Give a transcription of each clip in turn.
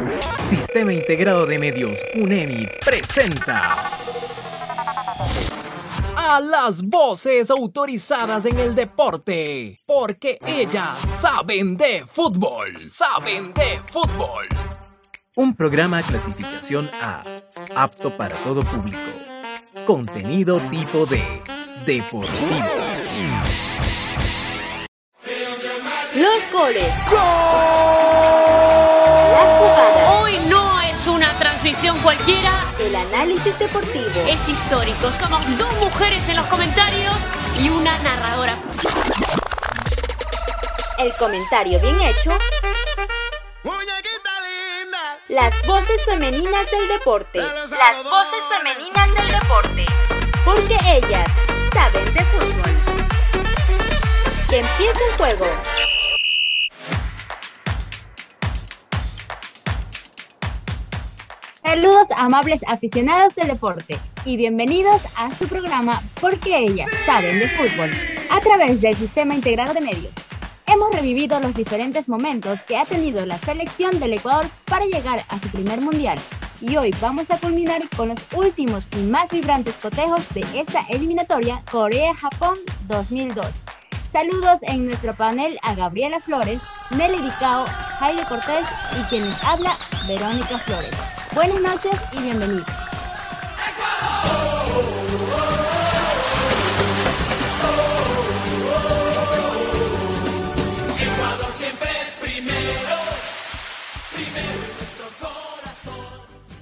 Sistema Integrado de Medios, UNEMI, presenta a las voces autorizadas en el deporte, porque ellas saben de fútbol. Un programa clasificación A, apto para todo público. Contenido tipo D, deportivo. Los goles. Las jugadas. Hoy no es una transmisión cualquiera. El análisis deportivo. Es histórico. Somos dos mujeres en los comentarios y una narradora. El comentario bien hecho. Las voces femeninas del deporte. Las voces femeninas del deporte. Porque ellas saben de fútbol. Que empiece el juego. Saludos amables aficionados del deporte y bienvenidos a su programa Porque ellas saben de fútbol a través del Sistema Integrado de Medios. Hemos revivido los diferentes momentos que ha tenido la selección del Ecuador para llegar a su primer mundial y hoy vamos a culminar con los últimos y más vibrantes cotejos de esta eliminatoria Corea-Japón 2002. Saludos en nuestro panel a Gabriela Flores, Nelly Dicao, Jaime Cortés y quienes habla Verónica Flores. Buenas noches y bienvenidos. Ecuador siempre primero nuestro corazón.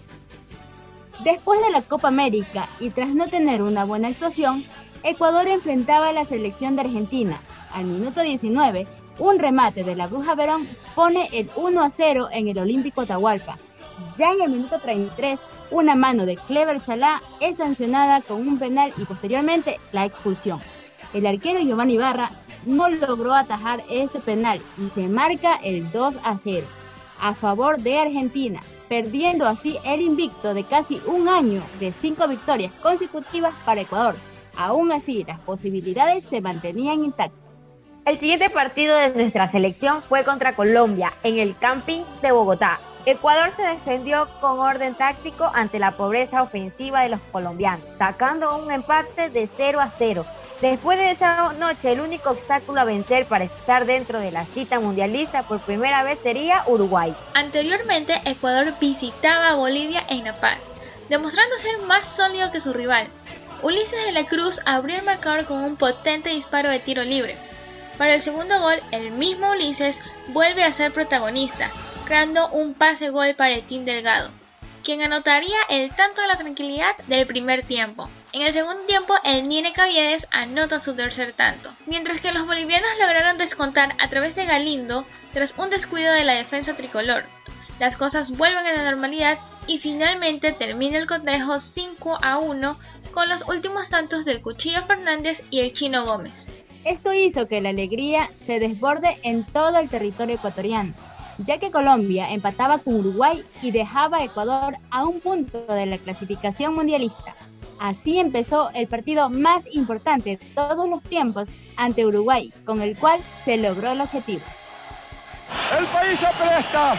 Después de la Copa América y tras no tener una buena actuación, Ecuador enfrentaba a la selección de Argentina. Al minuto 19, un remate de la Bruja Verón pone el 1-0 en el Olímpico Atahualpa. Ya en el minuto 33, una mano de Clever Chalá es sancionada con un penal y posteriormente la expulsión. El arquero Giovanni Ibarra no logró atajar este penal y se marca el 2-0 a favor de Argentina, perdiendo así el invicto de casi un año de 5 victorias consecutivas para Ecuador. Aún así, las posibilidades se mantenían intactas. El siguiente partido de nuestra selección fue contra Colombia, en el camping de Bogotá. Ecuador se defendió con orden táctico ante la pobreza ofensiva de los colombianos, sacando un empate de 0-0. Después de esa noche, el único obstáculo a vencer para estar dentro de la cita mundialista por primera vez sería Uruguay. Anteriormente, Ecuador visitaba a Bolivia en La Paz, demostrando ser más sólido que su rival. Ulises de la Cruz abrió el marcador con un potente disparo de tiro libre. Para el segundo gol, el mismo Ulises vuelve a ser protagonista, creando un pase-gol para el Team Delgado, quien anotaría el tanto de la tranquilidad del primer tiempo. En el segundo tiempo, el Nene Caviedes anota su tercer tanto, mientras que los bolivianos lograron descontar a través de Galindo tras un descuido de la defensa tricolor. Las cosas vuelven a la normalidad y finalmente termina el cotejo 5-1 con los últimos tantos del Cuchillo Fernández y el Chino Gómez. Esto hizo que la alegría se desborde en todo el territorio ecuatoriano, ya que Colombia empataba con Uruguay y dejaba a Ecuador a un punto de la clasificación mundialista. Así empezó el partido más importante de todos los tiempos ante Uruguay, con el cual se logró el objetivo. El país se presta,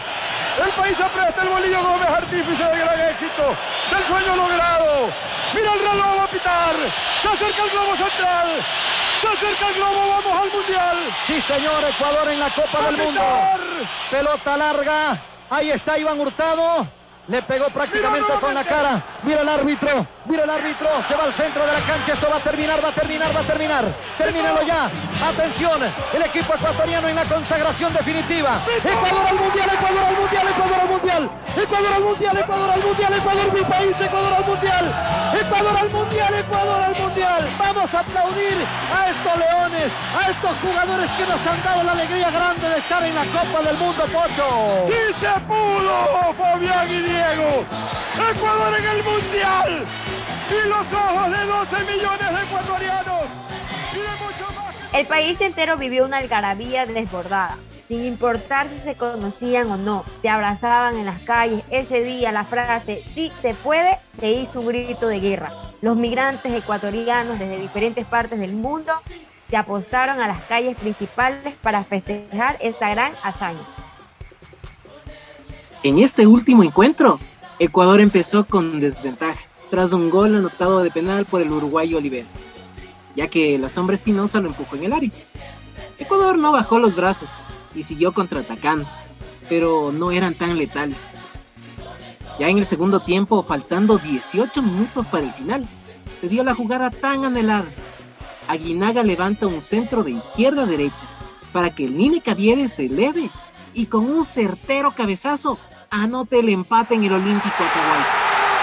el Bolillo Gómez, artífice del gran éxito, del sueño logrado. Mira el reloj, va a pitar, se acerca el globo central. Se acerca el globo, vamos al Mundial. Sí, señor, Ecuador en la Copa del Mundo. Pelota larga, ahí está Iván Hurtado. Le pegó prácticamente con la cara. Mira el árbitro, se va al centro de la cancha. Esto va a terminar. Termínalo ya. Atención, el equipo ecuatoriano en la consagración definitiva. Ecuador al Mundial, Ecuador al Mundial, Ecuador al Mundial. Ecuador al Mundial, Ecuador al Mundial, Ecuador mi país, Ecuador al Mundial. Ecuador al Mundial, Ecuador al Mundial. Vamos a aplaudir a estos leones, a estos jugadores que nos han dado la alegría grande de estar en la Copa del Mundo, Pocho. ¡Sí se pudo, Fabián y Diego! ¡Ecuador en el Mundial! ¡Y los ojos de 12 millones de ecuatorianos! ¡Y de mucho más! El país entero vivió una algarabía desbordada. Sin importar si se conocían o no, se abrazaban en las calles. Ese día la frase "sí se puede" se hizo un grito de guerra. Los migrantes ecuatorianos desde diferentes partes del mundo se apostaron a las calles principales para festejar esta gran hazaña. En este último encuentro, Ecuador empezó con desventaja tras un gol anotado de penal por el uruguayo Olivera, ya que la Sombra Espinosa lo empujó en el área. Ecuador no bajó los brazos y siguió contraatacando, pero no eran tan letales. Ya en el segundo tiempo, faltando 18 minutos para el final, se dio la jugada tan anhelada. Aguinaga levanta un centro de izquierda a derecha para que el Nine Caviedes se eleve y con un certero cabezazo anote el empate en el Olímpico Atahualpa.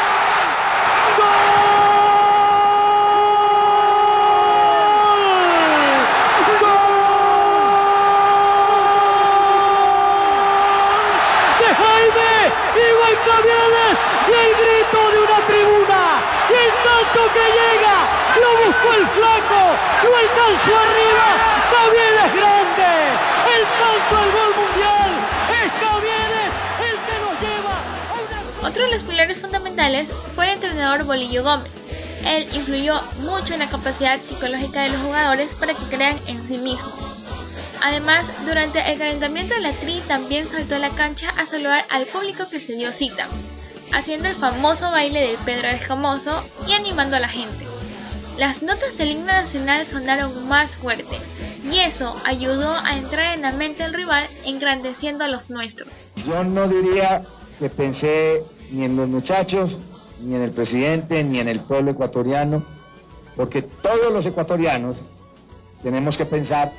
Y el grito de una tribuna, y el tanto que llega, lo buscó el flaco, lo alcanzó arriba, Caviedes grande, el tanto al gol mundial, es Caviedes el que nos lleva a una... Otro de los pilares fundamentales fue el entrenador Bolillo Gómez. Él influyó mucho en la capacidad psicológica de los jugadores para que crean en sí mismos. Además, durante el calentamiento de la Tri también saltó a la cancha a saludar al público que se dio cita, haciendo el famoso baile del Pedro el Escamoso y animando a la gente. Las notas del himno nacional sonaron más fuerte, y eso ayudó a entrar en la mente del rival, engrandeciendo a los nuestros. Yo no diría que pensé ni en los muchachos, ni en el presidente, ni en el pueblo ecuatoriano, porque todos los ecuatorianos tenemos que pensar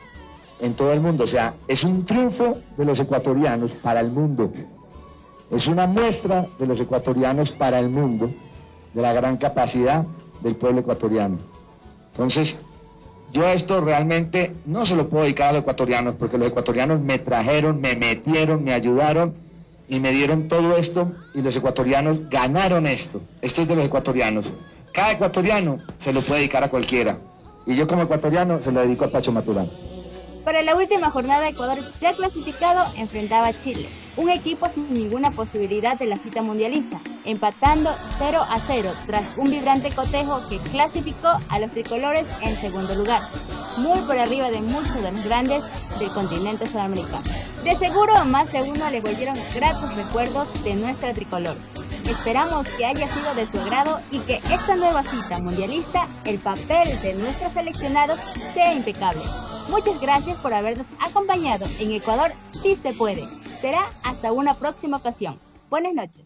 en todo el mundo. O sea, es un triunfo de los ecuatorianos para el mundo. Es una muestra de los ecuatorianos para el mundo, de la gran capacidad del pueblo ecuatoriano. Entonces, yo esto realmente no se lo puedo dedicar a los ecuatorianos, porque los ecuatorianos me trajeron, me metieron, me ayudaron y me dieron todo esto, y los ecuatorianos ganaron esto. Esto es de los ecuatorianos. Cada ecuatoriano se lo puede dedicar a cualquiera, y yo como ecuatoriano se lo dedico a Pacho Maturana. Para la última jornada, Ecuador, ya clasificado, enfrentaba a Chile, un equipo sin ninguna posibilidad de la cita mundialista, empatando 0-0 tras un vibrante cotejo que clasificó a los tricolores en segundo lugar, muy por arriba de muchos de los grandes del continente sudamericano. De seguro a más de uno le volvieron gratos recuerdos de nuestra tricolor. Esperamos que haya sido de su agrado y que esta nueva cita mundialista, el papel de nuestros seleccionados, sea impecable. Muchas gracias por habernos acompañado en Ecuador Sí Se Puede. Será hasta una próxima ocasión. Buenas noches.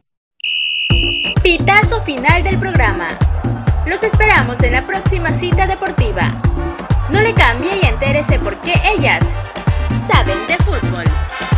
Pitazo final del programa. Los esperamos en la próxima cita deportiva. No le cambie y entérese por qué ellas saben de fútbol.